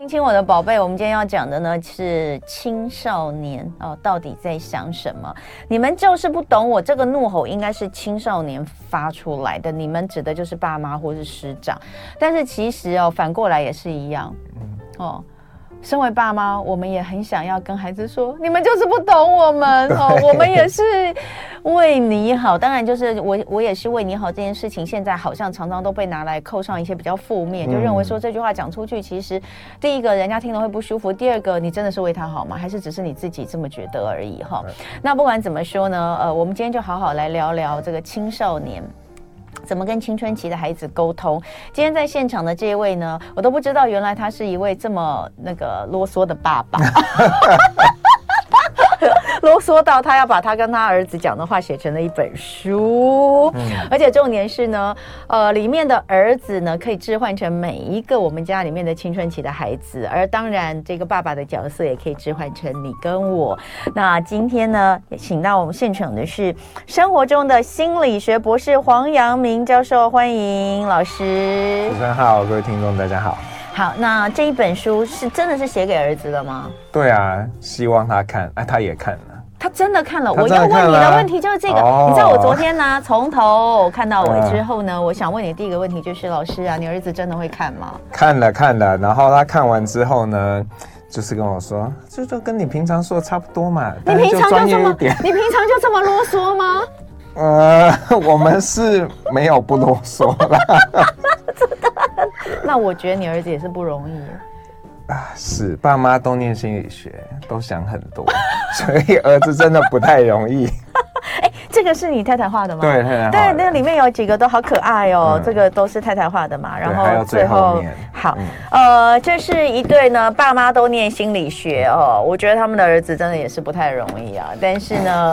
亲我的宝贝，我们今天要讲的呢是青少年哦，到底在想什么？你们就是不懂我，这个怒吼应该是青少年发出来的，你们指的就是爸妈或是师长，但是其实哦，反过来也是一样哦。身为爸妈，我们也很想要跟孩子说，你们就是不懂我们哦，我们也是为你好。当然，就是我也是为你好这件事情，现在好像常常都被拿来扣上一些比较负面，就认为说这句话讲出去，其实第一个人家听了会不舒服，第二个你真的是为他好吗？还是只是你自己这么觉得而已哈？那不管怎么说呢，我们今天就好好来聊聊这个青少年。怎么跟青春期的孩子沟通？今天在现场的这一位呢，我都不知道，原来他是一位这么啰嗦的爸爸。啰嗦到他要把他跟他儿子讲的话写成了一本书，而且重点是呢，里面的儿子呢可以置换成每一个我们家里面的青春期的孩子，而当然这个爸爸的角色也可以置换成你跟我。那今天呢，也请到我们现场的是生活中的心理学博士黄阳明教授，欢迎老师。 主持人好，各位听众大家好。 好，那这一本书是真的是写给儿子的吗？ 对啊，希望他看，他也看了。 他真的看了，我要问你的问题就是这个。你知道我昨天呢，从头看到尾之后呢，我想问你第一个问题就是，老师啊，你儿子真的会看吗？ 看了，然后他看完之后呢，就是跟我说，就跟你平常说的差不多嘛。 你平常就这么啰嗦吗？ 我们是没有不啰嗦啦。 真的？那我觉得你儿子也是不容易。 是爸妈都念心理学，都想很多，所以儿子真的不太容易。 这个是你太太画的吗？ 对，太太画的。 对，那个里面有几个都好可爱哦，这个都是太太画的嘛。然后最后好，这是一对呢，爸妈都念心理学哦。我觉得他们的儿子真的也是不太容易啊。但是呢，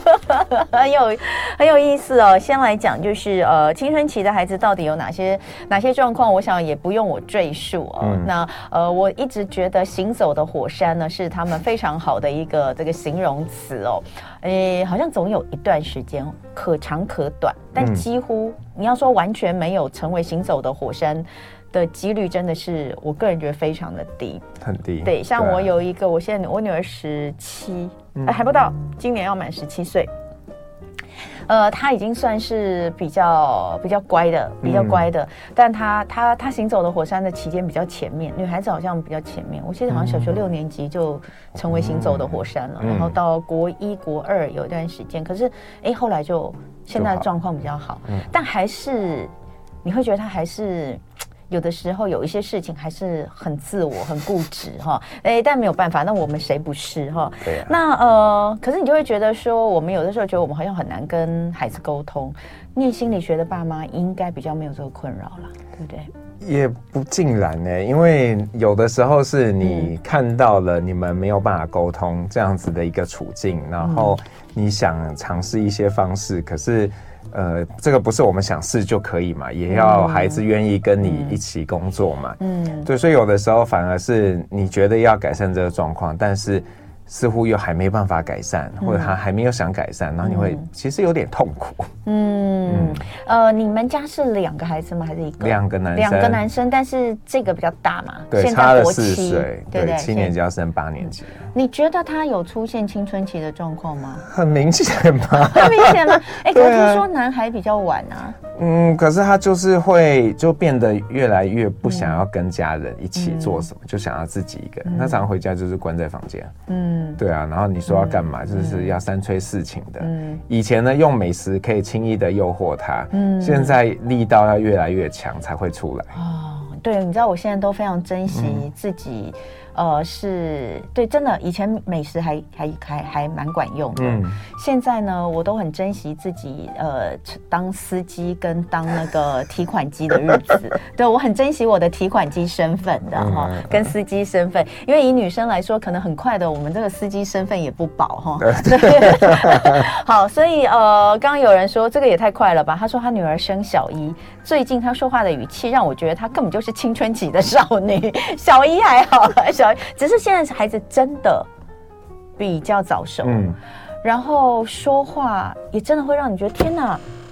很有意思哦。先来讲就是青春期的孩子到底有哪些状况，我想也不用我赘述哦。那我一直觉得行走的火山呢是他们非常好的一个这个形容词哦。好像总有一段时间可长可短，但几乎你要说完全没有成为行走的火山的几率，真的是我个人觉得非常的低，很低。对，像我有一个，我女儿17，还不到，今年要满17岁。他已经算是比较乖的，但他行走的火山的期间比较前面，女孩子好像比较前面。我记得好像小学6年级就成为行走的火山了，然后到国1、国2有一段时间，可是后来就现在状况比较好，但还是你会觉得他还是。有的时候有一些事情还是很自我、很固执哈，但没有办法，那我们谁不是哈？对啊。那可是你就会觉得说，我们有的时候觉得我们好像很难跟孩子沟通。念心理学的爸妈应该比较没有这个困扰了，对不对？ 也不尽然呢，因为有的时候是你看到了你们没有办法沟通这样子的一个处境，然后你想尝试一些方式，可是。这个不是我们想试就可以嘛，也要孩子愿意跟你一起工作嘛。对，所以有的时候反而是你觉得要改善这个状况，但是似乎又还没办法改善，或者他还没有想改善，然后你会其实有点痛苦。 你们家是2个孩子吗？还是1个 ？2个男生，2 个男生，但是这个比较大嘛， 对， 现在差了4岁， 对 7年级要升8年级。 你觉得他有出现青春期的状况吗？ 很明显吗？ 很明显吗？可是听说男孩比较晚啊。 可是他就是就变得越来越不想要跟家人一起做什么，就想要自己一个人。他常常回家就是关在房间。对啊，然后你说要干嘛，就是要3催4请的。以前呢，用美食可以轻易的诱惑他，现在力道要越来越强才会出来。 对，你知道我现在都非常珍惜自己。是对，真的，以前美食还蛮管用的。现在呢，我都很珍惜自己当司机跟当那个提款机的日子。对，我很珍惜我的提款机身份的哈，跟司机身份，因为以女生来说，可能很快的，我们这个司机身份也不保哈。对，好，所以刚刚有人说这个也太快了吧？他说他女儿升小1，最近他说话的语气让我觉得他根本就是青春期的少女。小1还好，只是现在孩子真的比较早熟，然后说话也真的会让你觉得天哪，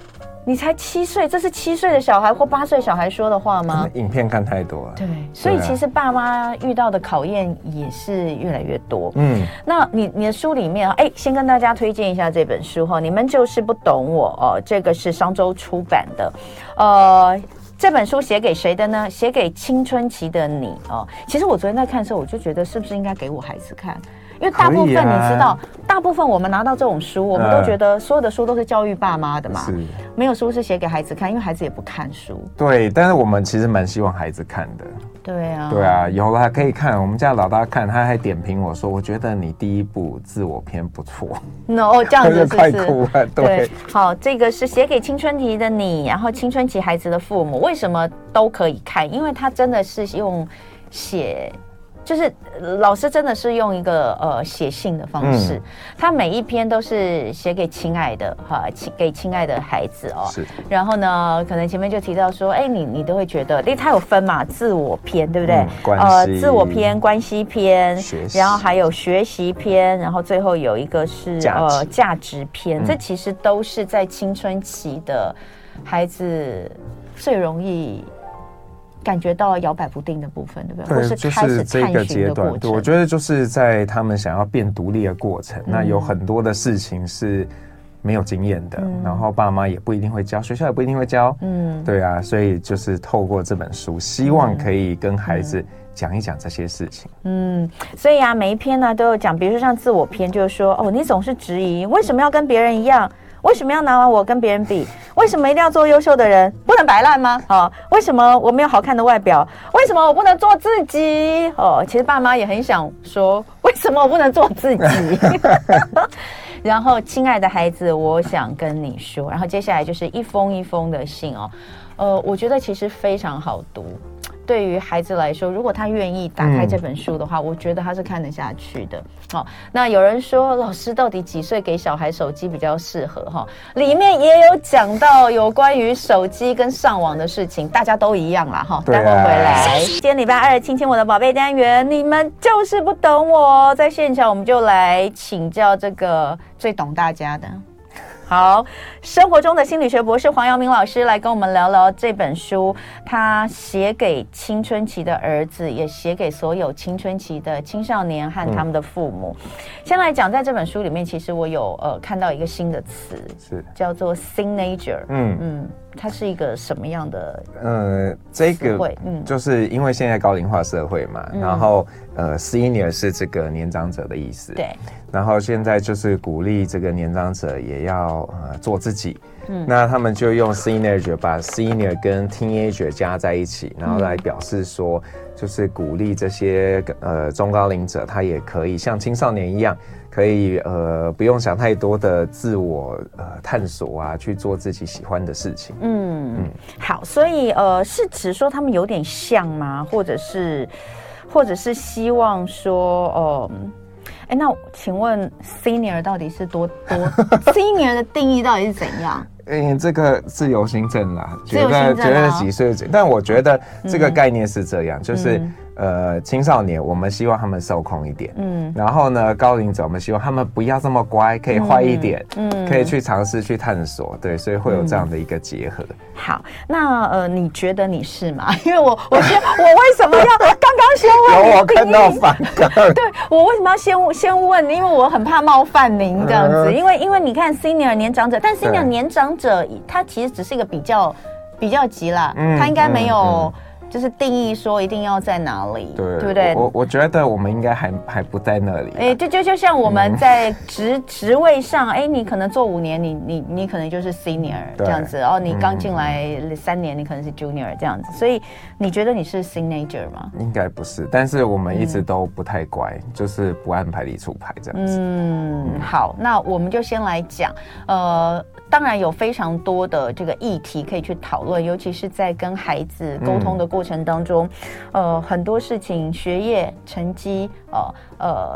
你才7岁，这是7岁的小孩或8岁小孩说的话吗？ 影片看太多了。 对，所以其实爸妈遇到的考验也是越来越多。那你的书里面，先跟大家推荐一下这本书哈，你们就是不懂我哦，这个是商周出版的，这本书写给谁的呢？写给青春期的你哦。其实我昨天在看的时候，我就觉得是不是应该给我孩子看？因为大部分你知道，大部分我们拿到这种书，我们都觉得所有的书都是教育爸妈的嘛，没有书是写给孩子看，因为孩子也不看书。 对，但是我们其实蛮希望孩子看的。 对啊， 对啊，有了可以看。我们家老大看，他还点评我说：“我觉得你第一部自我篇不错。” No， 这样子是不是？ 快哭了。对， 好，这个是写给青春期的你，然后青春期孩子的父母，为什么都可以看？因为他真的是用写。就是老师真的是用一个写信的方式，他每一篇都是写给亲爱的给亲爱的孩子哦。是。然后呢，可能前面就提到说，你都会觉得，因为他有分嘛，自我篇对不对？自我篇、关系篇，然后还有学习篇，然后最后有一个是价值篇。这其实都是在青春期的孩子最容易感觉到摇摆不定的部分，对不对？或是开始探寻的过程。 我觉得就是在他们想要变独立的过程，那有很多的事情是没有经验的，然后爸妈也不一定会教，学校也不一定会教，对啊，所以就是透过这本书，希望可以跟孩子讲一讲这些事情。 所以啊，每一篇呢都有讲，比如说像自我篇，就是说，你总是质疑，为什么要跟别人一样？为什么要拿我跟别人比？为什么一定要做优秀的人？不能摆烂吗？为什么我没有好看的外表？为什么我不能做自己？其实爸妈也很想说，为什么我不能做自己？然后，亲爱的孩子，我想跟你说。然后接下来就是一封一封的信哦。我觉得其实非常好读。对于孩子来说，如果他愿意打开这本书的话，我觉得他是看得下去的。那有人说，老师到底几岁给小孩手机比较适合？里面也有讲到有关于手机跟上网的事情，大家都一样啦。待会回来，今天礼拜2，亲亲我的宝贝单元，你们就是不懂我。在现场，我们就来请教这个最懂大家的。好，生活中的心理学博士黄阳明老师来跟我们聊聊这本书，他写给青春期的儿子，也写给所有青春期的青少年和他们的父母。先来讲，在这本书里面，其实我有看到一个新的词，是叫做 Signature。它是一个什么样的？ 这个就是因为现在高龄化社会嘛，然后senior 是这个年长者的意思，对。然后现在就是鼓励这个年长者也要做自己，那他们就用 senior 把 senior 跟 teenager 加在一起，然后来表示说，就是鼓励这些中高龄者，他也可以像青少年一样。可以不用想太多的自我探索啊，去做自己喜欢的事情。好，所以是指说他们有点像吗？或者是希望说那请问 senior 到底是多senior 的定义到底是怎样？这个自由行政啦，觉得几岁，但我觉得这个概念是这样，就是青少年我们希望他们受控一点，然后呢高龄者我们希望他们不要这么乖，可以坏一点，可以去尝试去探索，对，所以会有这样的一个结合。好，那你觉得你是吗？因为我为什么要刚刚先问？有我看到反感，对，我为什么要先问？因为我很怕冒犯您这样子，因为你看 senior 年长者，但 senior 年长者他其实只是一个比较级啦，他应该没有。就是定义说一定要在哪里，对不对？我觉得我们应该还不在那里。就像我们在职位上，你可能做5年，你可能就是 senior 这样子，然后你刚进来3年，你可能是 junior 这样子。所以你觉得你是 signature 吗？应该不是，但是我们一直都不太乖，就是不按牌理出牌这样子。好，那我们就先来讲，当然有非常多的这个议题可以去讨论，尤其是在跟孩子沟通的过程当中，很多事情，学业成绩，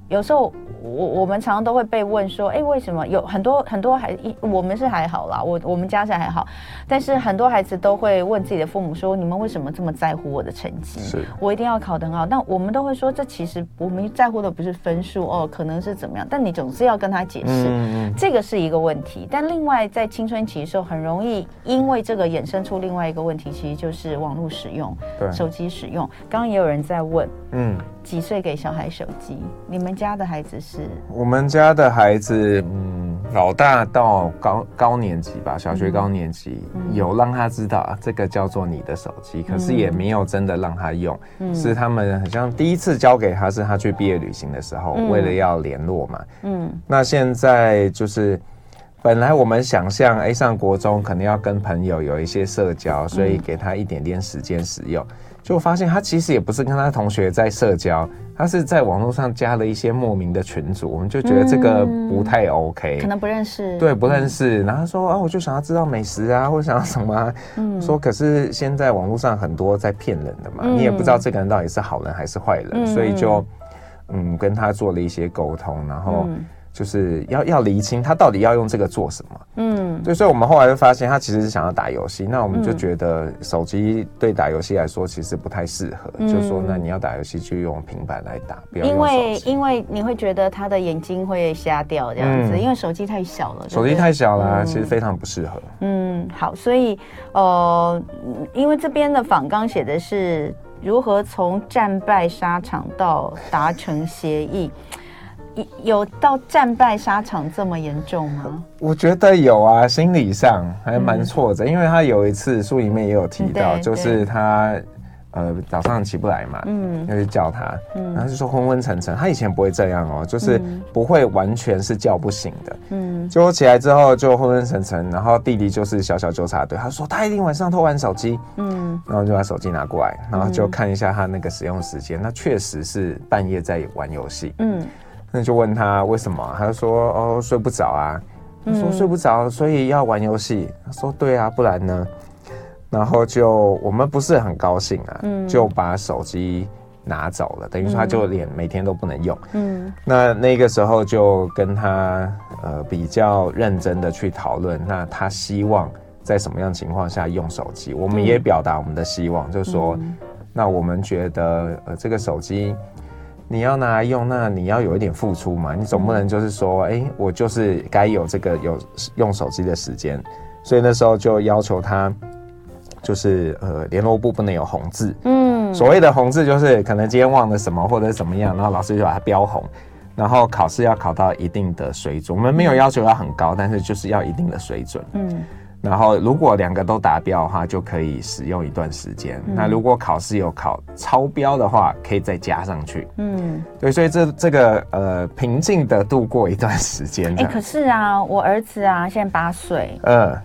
有时候我们常常都会被问说，为什么有很多我们是还好啦，我们家是还好，但是很多孩子都会问自己的父母说，你们为什么这么在乎我的成绩？我一定要考得很好。但我们都会说，这其实我们在乎的不是分数哦，可能是怎么样，但你总是要跟他解释，这个是一个问题。但另外在青春期的时候，很容易因为这个衍生出另外一个问题，其实就是网络使用、手机使用。刚刚也有人在问，几岁给小孩手机？你们家的孩子是？ 我们家的孩子，老大到高年级吧，小学高年级，有让他知道这个叫做你的手机，可是也没有真的让他用，是他们很像第一次交给他，是他去毕业旅行的时候，为了要联络嘛。那现在就是本来我们想象，上国中可能要跟朋友有一些社交，所以给他一点点时间使用。就发现他其实也不是跟他同学在社交，他是在网络上加了一些莫名的群组，我们就觉得这个不太 OK， 可能不认识， 对，不认识。然后他说我就想要知道美食啊，或想要什么啊，说可是现在网络上很多在骗人的嘛，你也不知道这个人到底是好人还是坏人，所以就跟他做了一些沟通，然后就是要厘清他到底要用这个做什么。对，所以我们后来就发现他其实是想要打游戏，那我们就觉得手机对打游戏来说其实不太适合，就说那你要打游戏就用平板来打，不要用手机， 因为你会觉得他的眼睛会瞎掉这样子，因为手机太小了， 手机太小了，其实非常不适合。 好，所以因为这边的访纲写的是如何从战败沙场到达成协议。有到战败沙场这么严重吗？ 我觉得有啊，心理上还蛮挫折，因为他有一次书里面也有提到，就是他早上起不来嘛，要去叫他，然后就说昏昏沉沉，他以前不会这样哦，就是不会完全是叫不醒的，结果起来之后就昏昏沉沉，然后弟弟就是小小纠察队，他说他一定晚上偷玩手机，然后就把手机拿过来，然后就看一下他那个使用时间，那确实是半夜在玩游戏，那就问他为什么，他就说睡不着啊，他说睡不着，所以要玩游戏，他说对啊，不然呢？然后我们不是很高兴啊，就把手机拿走了，等于说他就每天都不能用。那个时候就跟他比较认真的去讨论，那他希望在什么样情况下用手机，我们也表达我们的希望，就是说，那我们觉得这个手机你要拿来用，那你要有一点付出嘛，你总不能就是说，我就是该有这个有用手机的时间，所以那时候就要求他。就是联络簿不能有红字，所谓的红字就是可能今天忘了什么或者怎么样，然后老师就把它标红，然后考试要考到一定的水准，我们没有要求要很高，但是就是要一定的水准，然后如果2个都达标的话，就可以使用一段时间。那如果考试有考超标的话，可以再加上去。对，所以这个平静的度过一段时间。 可是啊，我儿子啊，现在8岁，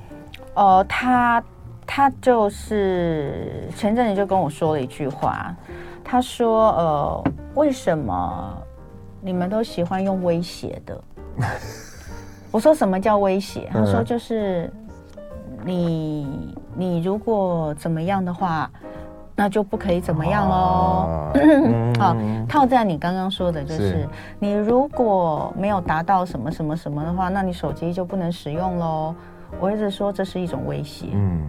他就是前阵子就跟我说了一句话，他说为什么你们都喜欢用威胁的？我说什么叫威胁？他说就是你如果怎么样的话，那就不可以怎么样哦。好，套在你刚刚说的就是你如果没有达到什么什么什么的话，那你手机就不能使用咯。我一直说这是一种威胁。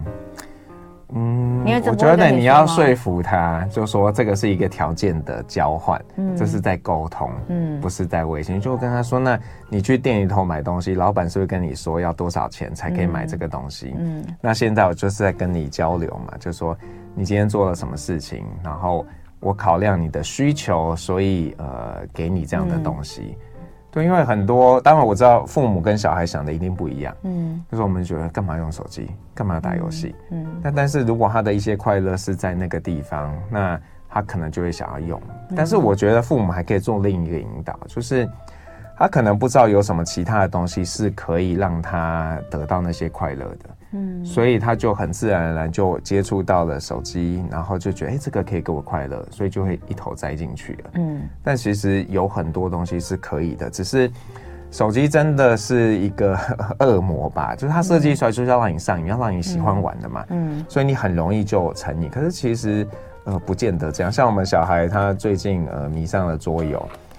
我觉得你要说服他，就说这个是一个条件的交换，这是在沟通，不是在威胁。就跟他说，那你去店里头买东西，老板是会跟你说要多少钱才可以买这个东西。那现在我就是在跟你交流嘛，就说你今天做了什么事情，然后我考量你的需求，所以给你这样的东西。对，因为很多，当然我知道父母跟小孩想的一定不一样，就是我们觉得干嘛用手机，干嘛要打游戏，但是如果他的一些快乐是在那个地方，那他可能就会想要用。但是我觉得父母还可以做另一个引导，就是他可能不知道有什么其他的东西是可以让他得到那些快乐的，所以他就很自然而然就接触到了手机，然后就觉得这个可以给我快乐，所以就会一头栽进去了。但其实有很多东西是可以的，只是手机真的是一个恶魔吧，就是它设计出来就是要让你上瘾，要让你喜欢玩的嘛，所以你很容易就成瘾。可是其实不见得这样，像我们小孩他最近迷上了桌游。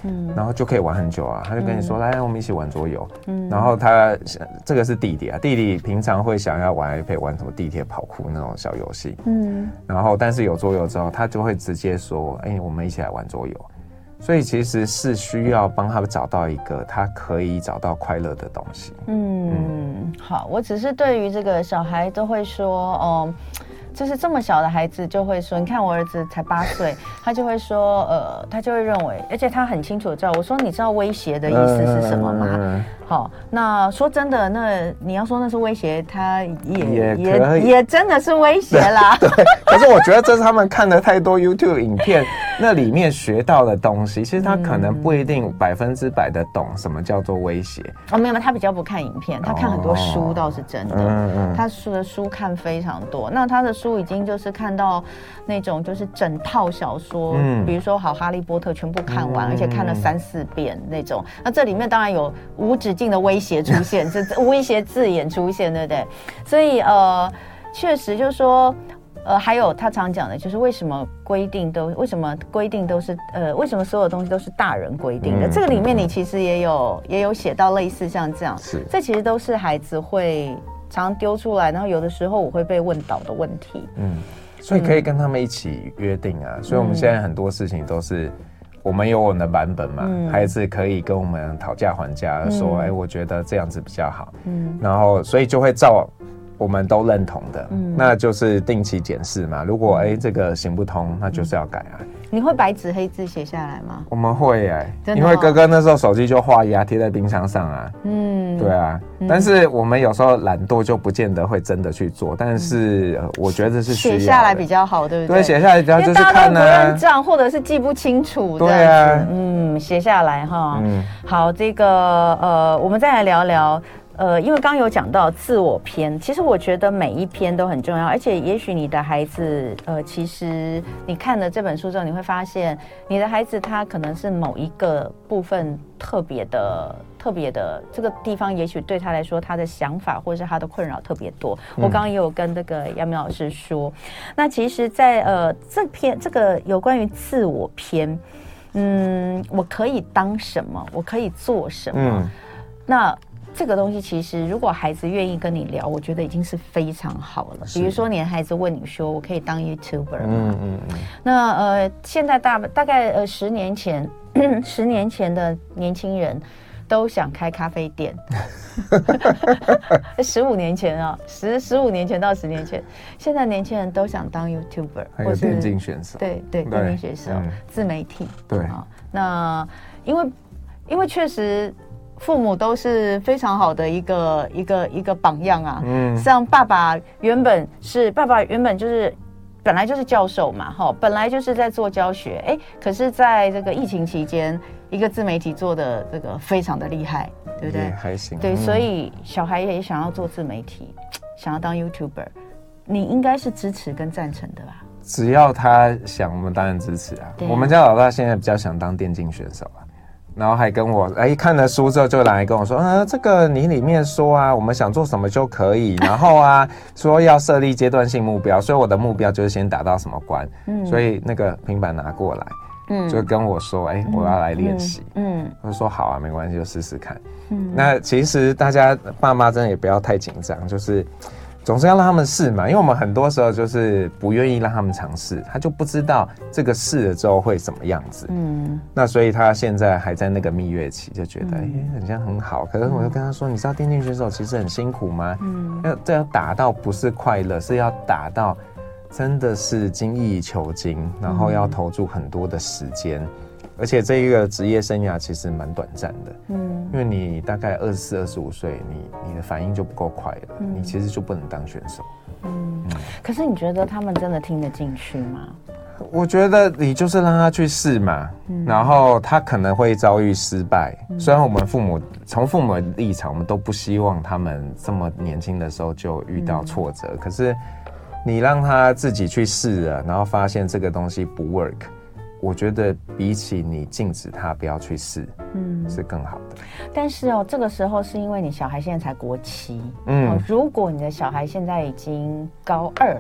然后就可以玩很久啊。他就跟你说，来，我们一起玩桌游。然后他这个是弟弟啊，弟弟平常会想要玩 iPad 玩什么地铁跑酷那种小游戏。然后但是有桌游之后，他就会直接说，我们一起来玩桌游。所以其实是需要帮他找到一个他可以找到快乐的东西。 好，我只是对于这个小孩都会说，就是这么小的孩子就会说，你看我儿子才8岁，他就会说，他就会认为，而且他很清楚地知道，我说你知道威胁的意思是什么吗？好，那说真的，那你要说那是威胁，他也真的是威胁啦。 对，可是我觉得这是他们看了太多 YouTube 影片，那里面学到的东西，其实他可能不一定100%的懂什么叫做威胁。 没有，他比较不看影片，他看很多书倒是真的。他的书看非常多，那他的书已经就是看到那种就是整套小说，比如说哈利波特全部看完，而且看了3、4遍那种。那这里面当然有无止境的威胁出现，这威胁字眼出现，对不对？所以确实就是说，还有他常讲的就是为什么规定都是为什么所有东西都是大人规定的？这个里面你其实也有写到类似像这样，这其实都是孩子会常丢出来，然后有的时候我会被问到的问题。 所以可以跟他们一起约定啊。所以我们现在很多事情都是我们有我们的版本嘛，孩子可以跟我们讨价还价，说我觉得这样子比较好。然后所以就会照我们都认同的，那就是定期检视嘛。如果这个行不通，那就是要改啊。 你会白纸黑字写下来吗？ 我们会因为哥哥那时候手机就画押贴在冰箱上啊。对啊。但是我们有时候懒惰就不见得会真的去做，但是我觉得是需要的。 写下来比较好，对不对？ 对，写下来比较就是看啊。 大家都不认账，或者是记不清楚。 对啊。 写下来哈。好，这个我们再来聊聊。因为刚刚有讲到自我篇，其实我觉得每一篇都很重要，而且也许你的孩子，其实你看了这本书之后，你会发现你的孩子他可能是某一个部分特别的这个地方，也许对他来说，他的想法或者是他的困扰特别多。我刚刚也有跟那个杨明老师说，那其实在，这个有关于自我篇，我可以当什么，我可以做什么，那。这个东西其实，如果孩子愿意跟你聊，我觉得已经是非常好了。比如说，你的孩子问你说：“我可以当 YouTuber 吗？”那现在大概10年前，10年前的年轻人都想开咖啡店。15年前啊，15年前到10年前，现在年轻人都想当 YouTuber， 还有电竞选手， 对，电竞选手、自媒体， 对啊。那因为确实。父母都是非常好的一个榜样啊。像爸爸原本就是本来就是教授嘛，本来就是在做教学，可是在这个疫情期间，一个自媒体做的这个非常的厉害，对不对？ 还行。 对，所以小孩也想要做自媒体，想要当 YouTuber， 你应该是支持跟赞成的吧？ 只要他想，我们当然支持啊。我们家老大现在比较想当电竞选手啊。然后还跟我看了书之后就来跟我说，这个你里面说啊，我们想做什么就可以，然后说要设立阶段性目标，所以我的目标就是先达到什么关，所以那个平板拿过来，就跟我说，我要来练习，我就说好啊，没关系，就试试看。那其实大家爸妈真的也不要太紧张，就是总是要让他们试嘛，因为我们很多时候就是不愿意让他们尝试，他就不知道这个试了之后会什么样子。那所以他现在还在那个蜜月期，就觉得好像很好。可是我就跟他说，你知道电竞选手其实很辛苦吗？要打到不是快乐，是要打到真的是精益求精，然后要投注很多的时间。而且这一个职业生涯其实蛮短暂的，因为你大概24、25岁，你的反应就不够快了，你其实就不能当选手。 可是你觉得他们真的听得进去吗？ 我觉得你就是让他去试嘛，然后他可能会遭遇失败。虽然我们从父母的立场，我们都不希望他们这么年轻的时候就遇到挫折，可是你让他自己去试了，然后发现这个东西不 work。我觉得比起你禁止他不要去试，是更好的。 但是这个时候是因为你小孩现在才国7，如果你的小孩现在已经高2了，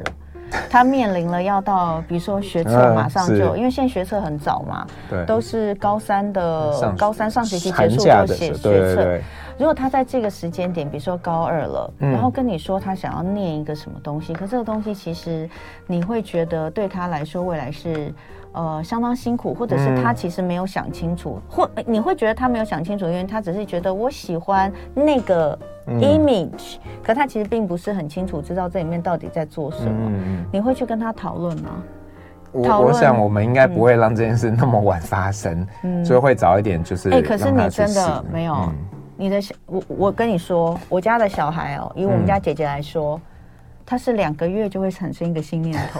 他面临了要到比如说学测马上就，因为现在学测很早嘛， 对， 都是高三上学期结束就写学测。如果他在这个时间点，比如说高2了，然后跟你说他想要念一个什么东西，可这个东西其实你会觉得对他来说未来是相当辛苦，或者是他其实没有想清楚，或你会觉得他没有想清楚，因为他只是觉得我喜欢那个 image，可他其实并不是很清楚知道这里面到底在做什么。你会去跟他讨论吗？ 我想我们应该不会让这件事那么晚发生，所以会早一点就是可是你真的没有。你的我跟你说，我家的小孩以我们家姐姐来说，他是2个月就会产生一个新念头。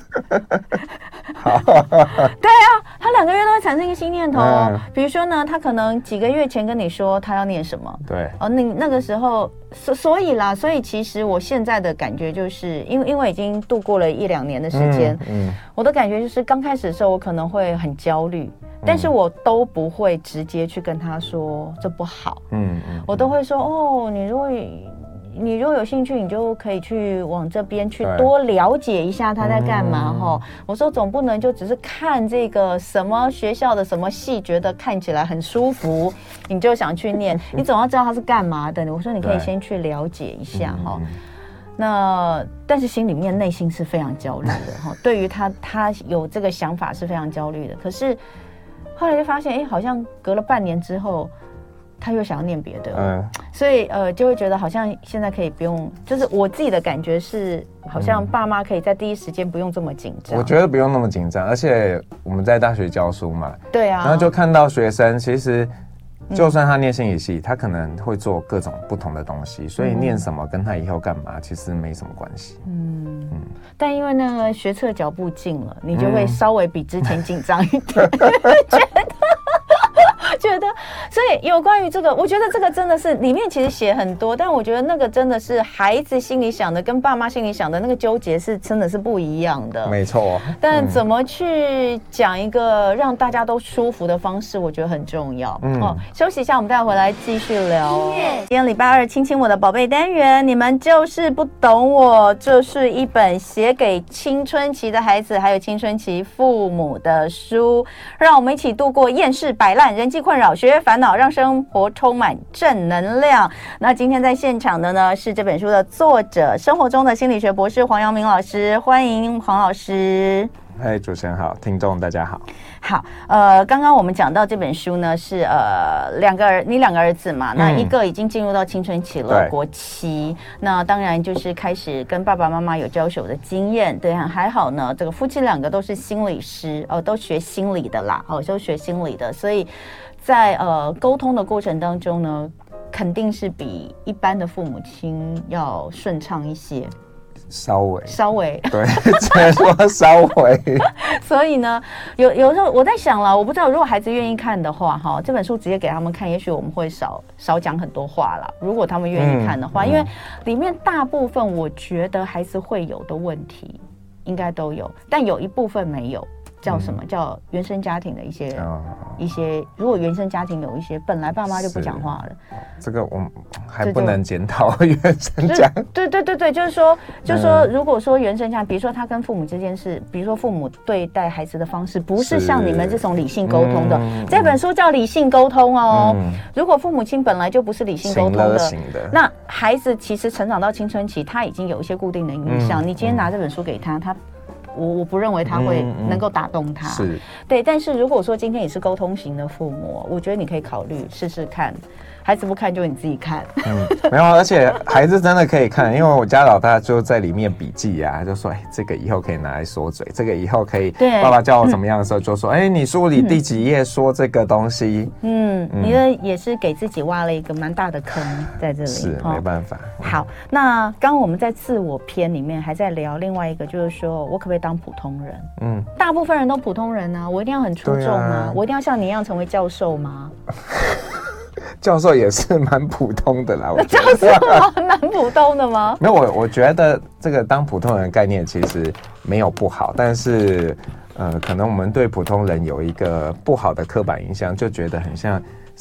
对啊，他2个月都会产生一个新念头比如说呢，他可能几个月前跟你说他要念什么， 对那个时候，所以其实我现在的感觉就是，因为已经度过了1-2年的时间，我的感觉就是刚开始的时候我可能会很焦虑。但是我都不会直接去跟他说这不好，我都会说你如果有兴趣，你就可以去往这边去多了解一下他在干嘛我说总不能就只是看这个什么学校的什么系，觉得看起来很舒服，你就想去念，你总要知道他是干嘛的。我说你可以先去了解一下那但是心里面内心是非常焦虑的对于他有这个想法是非常焦虑的。可是后来就发现好像隔了半年之后他又想要念别的所以就会觉得好像现在可以不用，就是我自己的感觉是好像爸妈可以在第一时间不用这么紧张。 我觉得不用那么紧张，而且我们在大学教书嘛， 对啊， 然后就看到学生其实就算他念心理系，他可能会做各种不同的东西，所以念什么跟他以后干嘛其实没什么关系。 但因为那个学测脚步近了，你就会稍微比之前紧张一点，觉得，所以有关于这个，我觉得这个真的是里面其实写很多，但我觉得那个真的是孩子心里想的跟爸妈心里想的那个纠结是真的是不一样的， 没错。 但怎么去讲一个让大家都舒服的方式，我觉得很重要。休息一下，我们待会回来继续聊。今天礼拜2亲亲我的宝贝单元，你们就是不懂我，这是一本写给青春期的孩子还有青春期父母的书，让我们一起度过厌世摆烂人际困扰学业烦恼，让生活充满正能量。那今天在现场的呢是这本书的作者，生活中的心理学博士黄阳明老师，欢迎黄老师。 主持人好，听众大家好。 好，刚刚我们讲到这本书呢是你两个儿子嘛，那一个已经进入到青春期了，国7，那当然就是开始跟爸爸妈妈有交手的经验，对，还好呢，这个夫妻2个都是心理师，都学心理的啦，都学心理的，所以在沟通的过程当中呢，肯定是比一般的父母亲要顺畅一些。 稍微对，只能说稍微所以呢有时候我在想了，我不知道如果孩子愿意看的话这本书直接给他们看，也许我们会少讲很多话啦，如果他们愿意看的话因为里面大部分我觉得孩子会有的问题应该都有，但有一部分没有，叫什么叫原生家庭的一些如果原生家庭有一些本来爸妈就不讲话了， 这个我们还不能检讨原生家庭。 对，就是说如果说原生家庭，比如说他跟父母之间是，比如说父母对待孩子的方式不是像你们这种理性沟通的，这本书叫理性沟通如果父母亲本来就不是理性沟通的，那孩子其实成长到青春期他已经有一些固定的印象，你今天拿这本书给他我不认为他会能够打动他，是对。但是如果说今天你是沟通型的父母，我觉得你可以考虑试试看，孩子不看就你自己看。 没有，而且孩子真的可以看，因为我家老大就在里面笔记啊，就说这个以后可以拿来说嘴，这个以后可以，爸爸叫我怎么样的时候就说你书里第几页说这个东西。 你的也是给自己挖了一个蛮大的坑在这里， 是没办法。 好，那刚刚我们在自我篇里面还在聊另外一个，就是说我可不可以当普通人？大部分人都普通人啊，我一定要很出众吗？我一定要像你一样成为教授吗？ 教授也是蛮普通的啦， 教授蛮普通的吗？ 没有，我觉得这个当普通人的概念其实没有不好，但是可能我们对普通人有一个不好的刻板印象，就觉得很像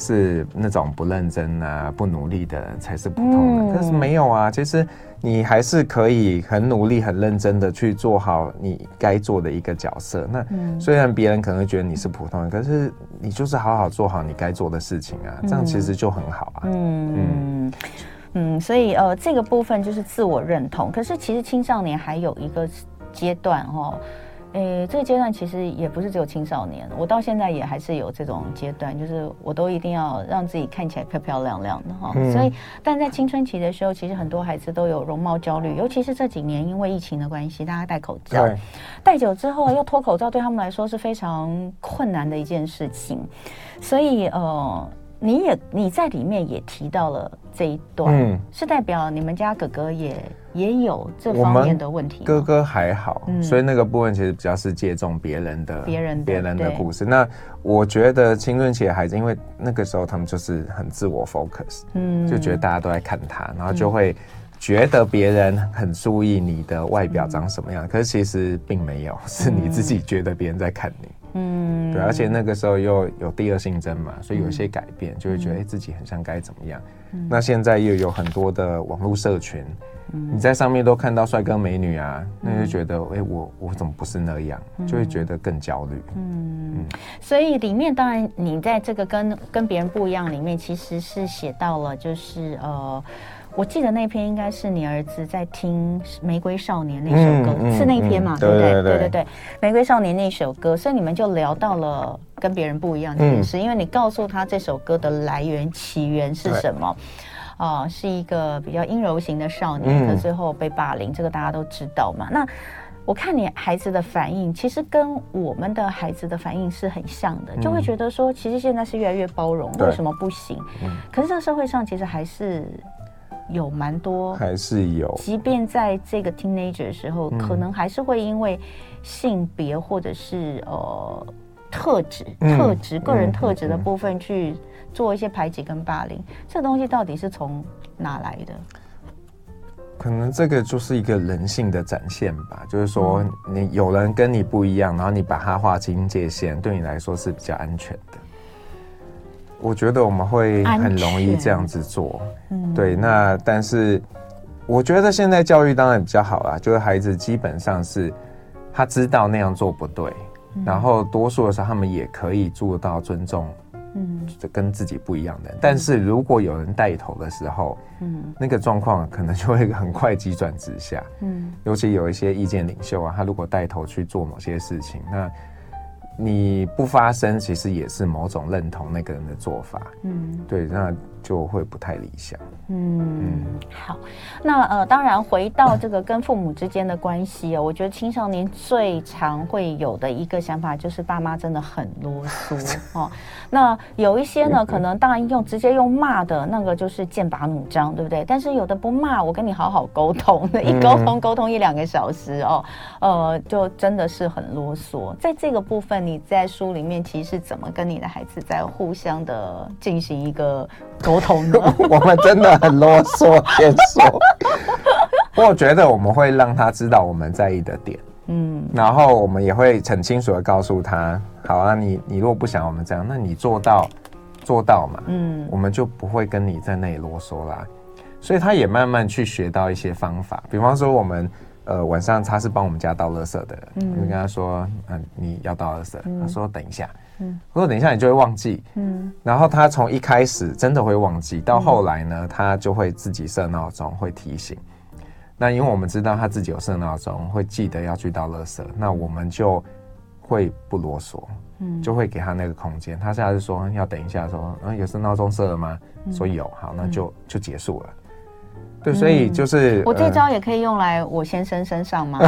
是那种不认真啊、不努力的人才是普通人，但是没有啊。其实你还是可以很努力、很认真的去做好你该做的一个角色。那虽然别人可能会觉得你是普通人，可是你就是好好做好你该做的事情啊，这样其实就很好啊。 所以这个部分就是自我认同。可是其实青少年还有一个阶段这个阶段其实也不是只有青少年，我到现在也还是有这种阶段，就是我都一定要让自己看起来漂漂亮亮的所以，但在青春期的时候，其实很多孩子都有容貌焦虑，尤其是这几年因为疫情的关系，大家戴口罩，戴久之后要脱口罩，对他们来说是非常困难的一件事情。所以你在里面也提到了这一段，是代表你们家哥哥也有这方面的问题吗？ 哥哥还好，所以那个部分其实比较是借重别人的故事。那我觉得青春期的孩子，因为那个时候他们就是很自我 focus，就觉得大家都在看他，然后就会觉得别人很注意你的外表长什么样，可是其实并没有，是你自己觉得别人在看你。对，而且那个时候又有第二性征嘛，所以有一些改变，就会觉得自己很像该怎么样。那现在又有很多的网络社群，你在上面都看到帅哥美女啊，那就觉得我怎么不是那样，就会觉得更焦虑。 所以里面当然你在这个跟别人不一样里面，其实是写到了就是我记得那篇应该是你儿子在听《玫瑰少年》那首歌，是那一篇嘛？对不对？对，《玫瑰少年》那首歌，所以你们就聊到了跟别人不一样这件事，因为你告诉他这首歌的来源起源是什么。是一个比较阴柔型的少年，可最后被霸凌，这个大家都知道嘛。那我看你孩子的反应，其实跟我们的孩子的反应是很像的，就会觉得说，其实现在是越来越包容，为什么不行？可是这个社会上其实还是有蛮多，还是有，即便在这个 teenager 的时候，可能还是会因为性别或者是特质、个人特质的部分去做一些排挤跟霸凌。这东西到底是从哪来的？ 可能这个就是一个人性的展现吧，就是说你有人跟你不一样，然后你把它划清界限，对你来说是比较安全的。我觉得我们会很容易这样子做，对。那但是我觉得现在教育当然比较好啦，就是孩子基本上是他知道那样做不对，然后多数的时候他们也可以做到尊重跟自己不一样的人。但是如果有人带头的时候，那个状况可能就会很快急转直下。尤其有一些意见领袖啊，他如果带头去做某些事情，那你不发声，其实也是某种认同那个人的做法。对，那就会不太理想。好，那当然回到这个跟父母之间的关系我觉得青少年最常会有的一个想法就是爸妈真的很啰嗦那有一些呢，可能当然直接用骂的那个就是剑拔弩张，对不对？但是有的不骂，我跟你好好沟通，一沟通1-2个小时就真的是很啰嗦。在这个部分，你在书里面其实怎么跟你的孩子在互相的进行一个沟通呢？ 我们真的很啰嗦，先说。我觉得我们会让他知道我们在意的点，然后我们也会很清楚的告诉他，好啊，你如果不想我们这样，那你做到嘛，我们就不会跟你在那里啰嗦啦。所以他也慢慢去学到一些方法，比方说我们晚上他是帮我们家倒垃圾的人，我就跟他说，你要倒垃圾，他说等一下。我说等一下你就会忘记，然后他从一开始真的会忘记，到后来呢，他就会自己设闹钟，会提醒。那因为我们知道他自己有设闹钟，会记得要去倒垃圾，那我们就会不啰嗦，就会给他那个空间。他下次说要等一下，说有设闹钟设了吗？说有，好，那就结束了。对，所以就是我这招也可以用来我先生身上吗？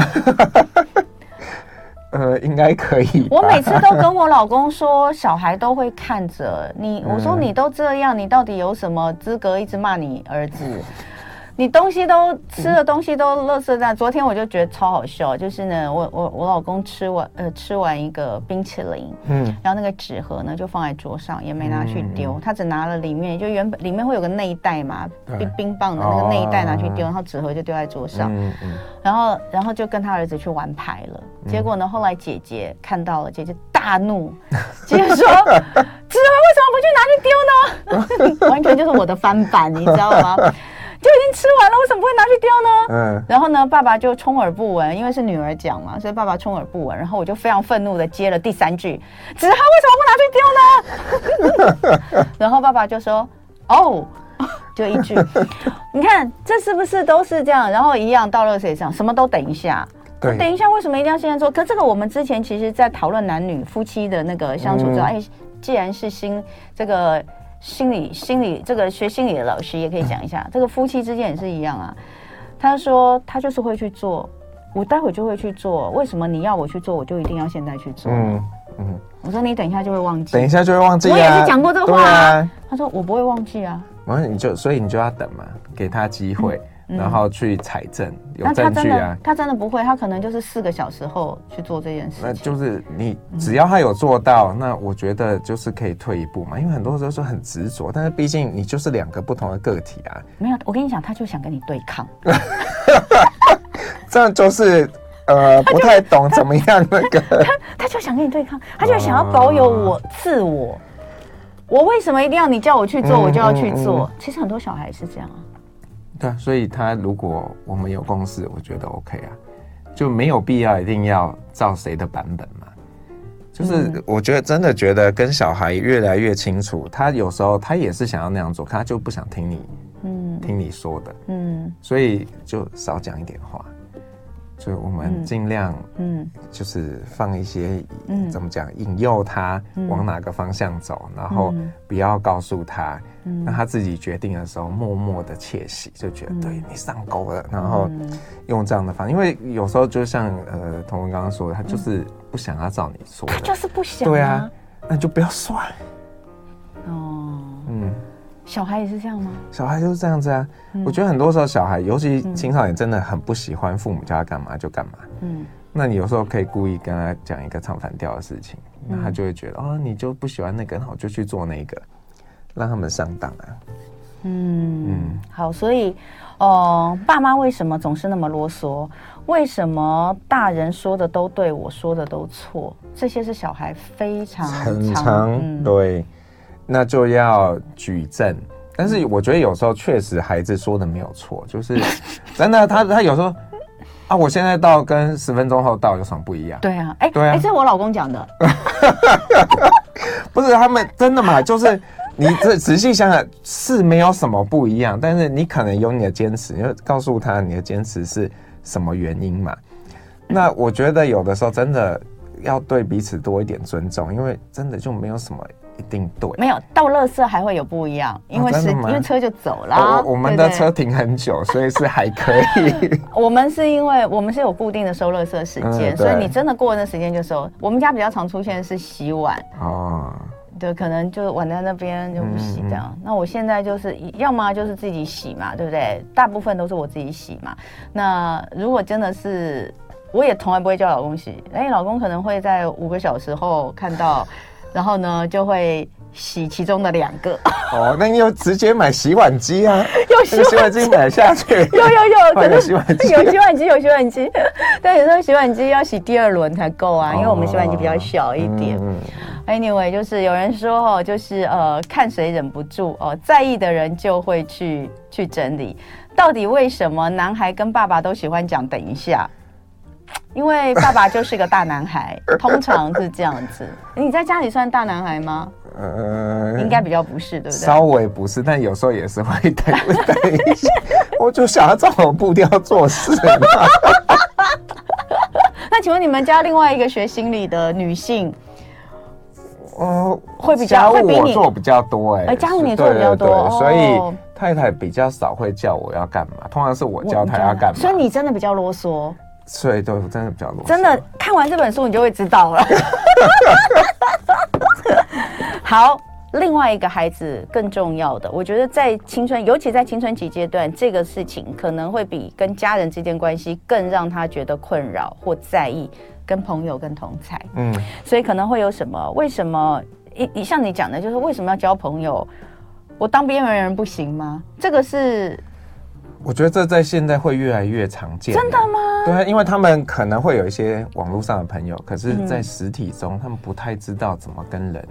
应该可以。 我每次都跟我老公说，小孩都会看着你。我说你都这样，你到底有什么资格一直骂你儿子？你东西都吃的东西都垃圾袋。昨天我就觉得超好笑，就是呢，我老公吃完一个冰淇淋，然后那个纸盒呢就放在桌上，也没拿去丢，他只拿了里面就原本里面会有个内袋嘛，冰棒的那个内袋拿去丢，然后纸盒就丢在桌上，然后就跟他儿子去玩牌了。结果呢，后来姐姐看到了，姐姐大怒，姐姐说：“纸盒为什么么不去拿去丢呢？完全就是我的翻版，你知道吗？就已经吃完了，为什么不会拿去丢呢？然后呢，爸爸就充耳不闻，因为是女儿讲嘛，所以爸爸充耳不闻。然后我就非常愤怒的接了第3句：子浩为什么不拿去丢呢？然后爸爸就说：哦，就1句。你看这是不是都是这样？然后一样到垃圾上，什么都等一下。等一下，为什么一定要现在做？可这个我们之前其实在讨论男女夫妻的那个相处之后，既然是这个。心理这个学心理的老师也可以讲一下，这个夫妻之间也是一样啊。他说他就是会去做，我待会就会去做。为什么你要我去做，我就一定要现在去做？我说你等一下就会忘记， 等一下就会忘记啊。 我也是讲过这个话啊。他说我不会忘记啊。 所以你就要等嘛，给他机会。然后去采证，有证据啊。 他真的不会，他可能就是4个小时后去做这件事情。 那就是你只要他有做到，那我觉得就是可以退一步嘛。因为很多时候说很执着，但是毕竟你就是2个不同的个体啊。 没有，我跟你讲，他就想跟你对抗。 这样就是不太懂怎么样那个。 他就想跟你对抗，他就想要保有自我。我为什么一定要你叫我去做，我就要去做？其实很多小孩是这样啊。 对啊，所以如果我们有共识，我觉得 OK 啊，就没有必要一定要照谁的版本嘛。就是我真的觉得跟小孩越来越清楚，他有时候他也是想要那样做，可他就不想听你说的，所以就少讲一点话。所以我们尽量就是放一些怎么讲，引诱他往哪个方向走，然后不要告诉他，让他自己决定的时候默默的窃喜，就觉得对你上钩了，然后用这样的方式。因为有时候就像童文刚刚说的，他就是不想要照你说的， 他就是不想。 对啊，那你就不要算。 小孩也是这样吗？ 小孩就是这样子啊。我觉得很多时候小孩，尤其青少年，真的很不喜欢父母叫他干嘛就干嘛。那你有时候可以故意跟他讲一个唱反调的事情，那他就会觉得你就不喜欢那个，那我就去做那个，让他们上当啊。 好，所以爸妈为什么总是那么啰嗦？为什么大人说的都对，我说的都错？这些是小孩非常很常对。那就要举证，但是我觉得有时候确实孩子说的没有错，就是真的，他有时候我现在到跟10分钟后到有什么不一样？ 对啊，这是我老公讲的， 不是他们真的嘛？就是你仔细想想是没有什么不一样，但是你可能有你的坚持，你就告诉他你的坚持是什么原因嘛？那我觉得有的时候真的要对彼此多一点尊重，因为真的就没有什么。一定对， 没有到垃圾还会有不一样，因为因为车就走了。 我们的车停很久，所以是还可以。 我们是因为我们是有固定的收垃圾时间，所以你真的过了那时间就收。我们家比较常出现的是洗碗对，可能就碗在那边就不洗这样。那我现在就是要么就是自己洗嘛，对不对？大部分都是我自己洗嘛。那如果真的是，我也从来不会叫老公洗，老公可能会在5个小时后看到。然后呢，就会洗其中的2个。 那你就直接买洗碗机啊，用洗碗机买下去。 有，可是洗碗机有洗碗机，但有时候洗碗机要洗第2轮才够啊，因为我们洗碗机比较小一点。Anyway， 就是有人说就是看谁忍不住在意的人就会去整理。到底为什么男孩跟爸爸都喜欢讲等一下？因为爸爸就是个大男孩，通常是这样子。你在家里算大男孩吗？应该比较不是，对不对？ 稍微不是，但有时候也是会等一下。我就想要照我步调做事嘛。 那请问你们家另外一个学心理的女性，会比较会比你做比较多家务你做比较多， 所以太太比较少会叫我要干嘛，通常是我教她要干嘛。 所以你真的比较啰嗦。 所以都真的比较啰嗦。 真的看完这本书你就会知道了。好，另外一个孩子更重要的，我觉得在青春，尤其在青春期阶段，这个事情可能会比跟家人之间关系更让他觉得困扰或在意，跟朋友跟同侪。所以可能会有什么？为什么像你讲的，就是为什么要交朋友？我当边缘人不行吗？这个是。 我觉得这在现在会越来越常见。 真的吗？ 对，因为他们可能会有一些网络上的朋友，可是在实体中他们不太知道怎么跟人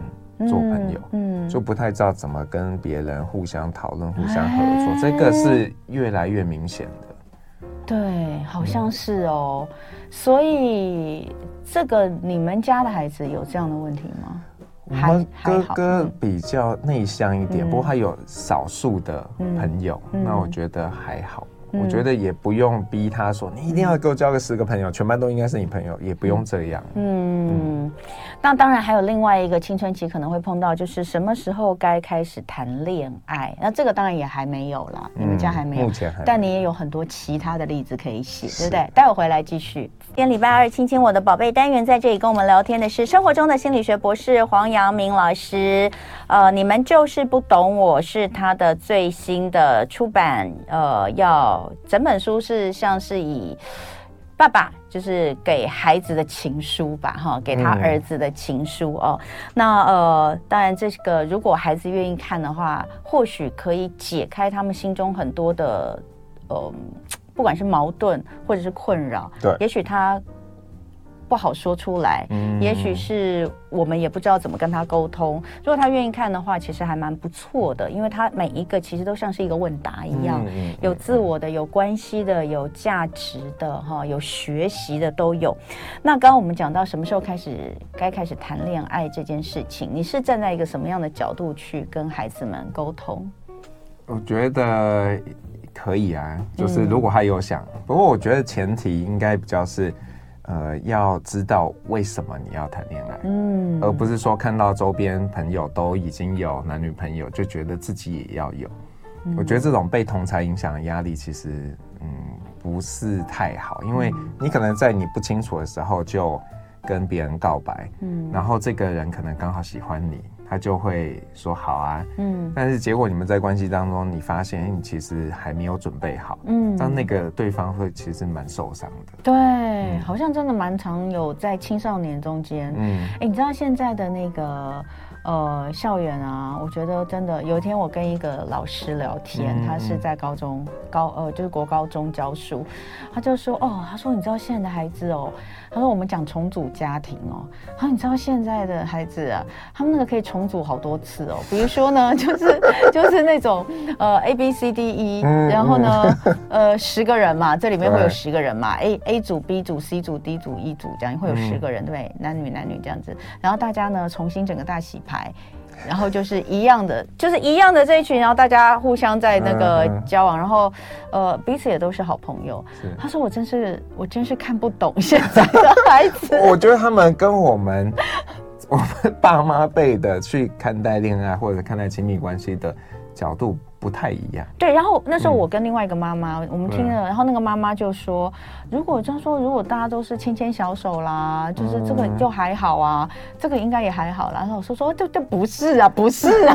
做朋友，就不太知道怎么跟别人互相讨论、互相合作，这个是越来越明显的。 对，好像是哦。所以这个你们家的孩子有这样的问题吗？ 我们哥哥比较内向一点，不过他有少数的朋友，那我觉得还好。我觉得也不用逼他说你一定要给我交个10个朋友，全班都应该是你朋友，也不用这样。 那当然还有另外一个青春期可能会碰到，就是什么时候该开始谈恋爱。那这个当然也还没有啦，你们家还没有， 目前还没有， 但你也有很多其他的例子可以写，对不对？待会回来继续。今天礼拜二亲亲我的宝贝单元，在这里跟我们聊天的是生活中的心理学博士黄阳明老师。你们就是不懂我是他的最新的出版，要整本书是像是以爸爸就是给孩子的情书吧，哈，给他儿子的情书哦。那当然这个如果孩子愿意看的话，或许可以解开他们心中很多的不管是矛盾或者是困扰， 对， 也许他不好说出来，也许是我们也不知道怎么跟他沟通。如果他愿意看的话，其实还蛮不错的，因为他每一个其实都像是一个问答一样，有自我的，有关系的，有价值的，哈，有学习的都有。那刚刚我们讲到什么时候该开始谈恋爱这件事情，你是站在一个什么样的角度去跟孩子们沟通？ 我觉得可以啊，就是如果他有想，不过我觉得前提应该比较是要知道为什么你要谈恋爱，而不是说看到周边朋友都已经有男女朋友，就觉得自己也要有。我觉得这种被同侪影响的压力，其实不是太好，因为你可能在你不清楚的时候就跟别人告白，然后这个人可能刚好喜欢你，他就会说好啊，但是结果你们在关系当中，你发现你其实还没有准备好，这样那个对方会其实蛮受伤的。 对，好像真的蛮常有在青少年中间，你知道现在的那个校园啊，我觉得真的有一天我跟一个老师聊天，他是在就是国高中教书，他就说他说你知道现在的孩子他说我们讲重组家庭他说你知道现在的孩子啊，他们那个可以重组好多次比如说呢就是那种A B C D E，然后呢10个人嘛，这里面会有10个人嘛，A 组 B 组 C 组 D 组 E 组这样会有10个人，对，男女这样子，然后大家呢重新整个大洗牌，然后就是一样的这一群，然后大家互相在那个交往，然后彼此也都是好朋友。他说我真是看不懂现在的孩子。 我觉得他们跟我们爸妈辈的去看待恋爱或者看待亲密关系的角度不太一样。 对，然后那时候我跟另外一个妈妈，我们听了，然后那个妈妈就说，如果大家都是牵牵小手啦，就是这个就还好啊，这个应该也还好啦。然后我说这不是啊，不是啊。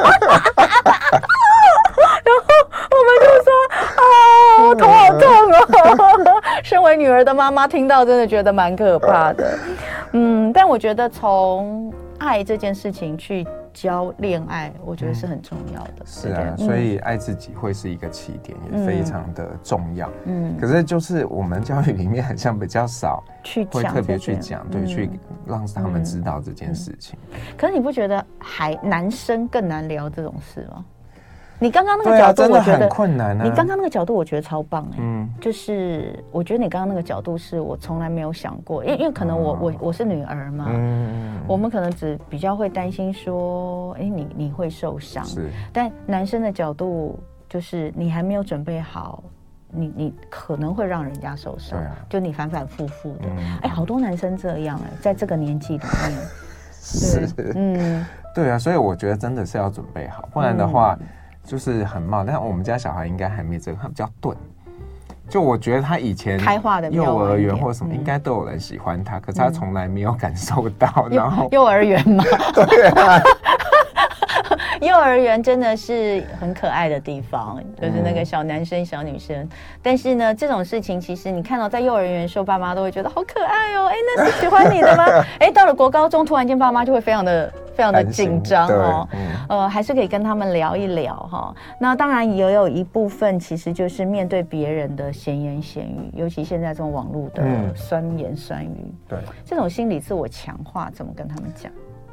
然后我们就说我头好痛身为女儿的妈妈听到真的觉得蛮可怕的。但我觉得从爱这件事情去教恋爱，我觉得是很重要的。 是啊，所以爱自己会是一个起点，也非常的重要。可是就是我们教育里面好像比较少会特别去讲，对，去让他们知道这件事情。 可是你不觉得男生更难聊这种事吗？你刚刚那个角度， 真的很困难啊！ 你刚刚那个角度，我觉得超棒就是我觉得你刚刚那个角度是我从来没有想过，因为可能我是女儿嘛，我们可能只比较会担心说，你会受伤，但男生的角度就是你还没有准备好，你可能会让人家受伤，就你反反复复的，好多男生这样在这个年纪里面， 是，对啊，所以我觉得真的是要准备好，不然的话。就是很慢，但我们家小孩应该还没这个，他比较钝。就我觉得他以前开化的幼儿园或什么，应该都有人喜欢他，可是他从来没有感受到。然后幼儿园嘛， 对啊， 幼儿园真的是很可爱的地方，就是那个小男生、小女生。但是呢，这种事情其实你看到在幼儿园的时候，爸妈都会觉得好可爱那是喜欢你的吗？到了国高中，突然间爸妈就会非常的紧张还是可以跟他们聊一聊那当然也有一部分其实就是面对别人的闲言闲语，尤其现在这种网络的酸言酸语， 对， 这种心理自我强化怎么跟他们讲？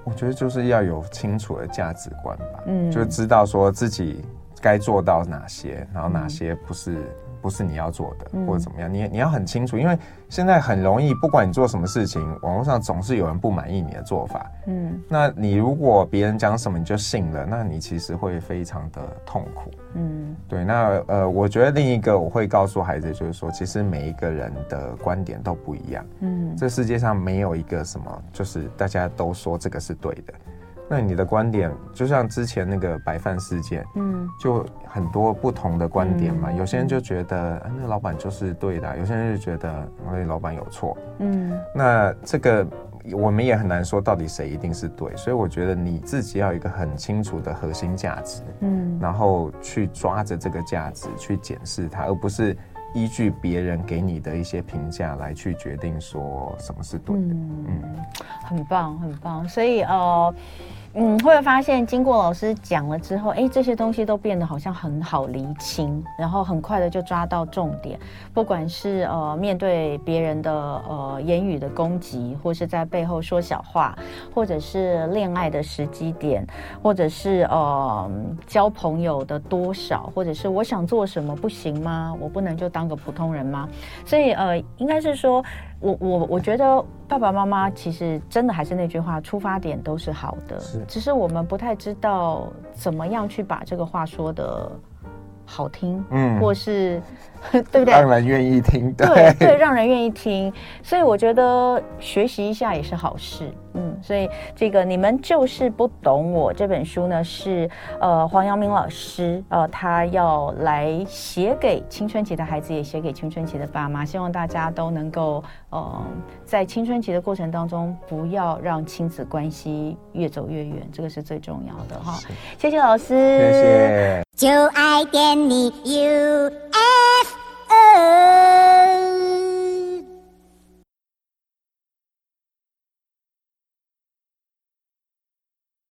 我觉得就是要有清楚的价值观吧，就知道说自己该做到哪些，然后哪些不是你要做的，或者怎么样，你要很清楚，因为现在很容易，不管你做什么事情，网络上总是有人不满意你的做法，那你如果别人讲什么你就信了，那你其实会非常的痛苦，对。那我觉得另一个我会告诉孩子就是说，其实每一个人的观点都不一样，这世界上没有一个什么就是大家都说这个是对的。那你的观点就像之前那个白饭事件，就很多不同的观点嘛，有些人就觉得那个老板就是对的，有些人就觉得那个老板有错，那这个我们也很难说到底谁一定是对，所以我觉得你自己要有一个很清楚的核心价值，然后去抓着这个价值去检视它，而不是依据别人给你的一些评价来去决定说什么是对的。 很棒很棒。所以会发现经过老师讲了之后，这些东西都变得好像很好厘清，然后很快的就抓到重点。不管是面对别人的言语的攻击，或是在背后说小话，或者是恋爱的时机点，或者是交朋友的多少，或者是我想做什么不行吗？我不能就当个普通人吗？所以应该是说我觉得爸爸妈妈其实真的还是那句话，出发点都是好的，只是我们不太知道怎么样去把这个话说的好听，或是对不对？ 让人愿意听， 对，让人愿意听。所以我觉得学习一下也是好事。所以这个你们就是不懂我这本书呢，是黄阳明老师他要来写给青春期的孩子，也写给青春期的爸妈，希望大家都能够在青春期的过程当中，不要让亲子关系越走越远，这个是最重要的哈。谢谢老师， 谢谢。 就爱点你 UFO。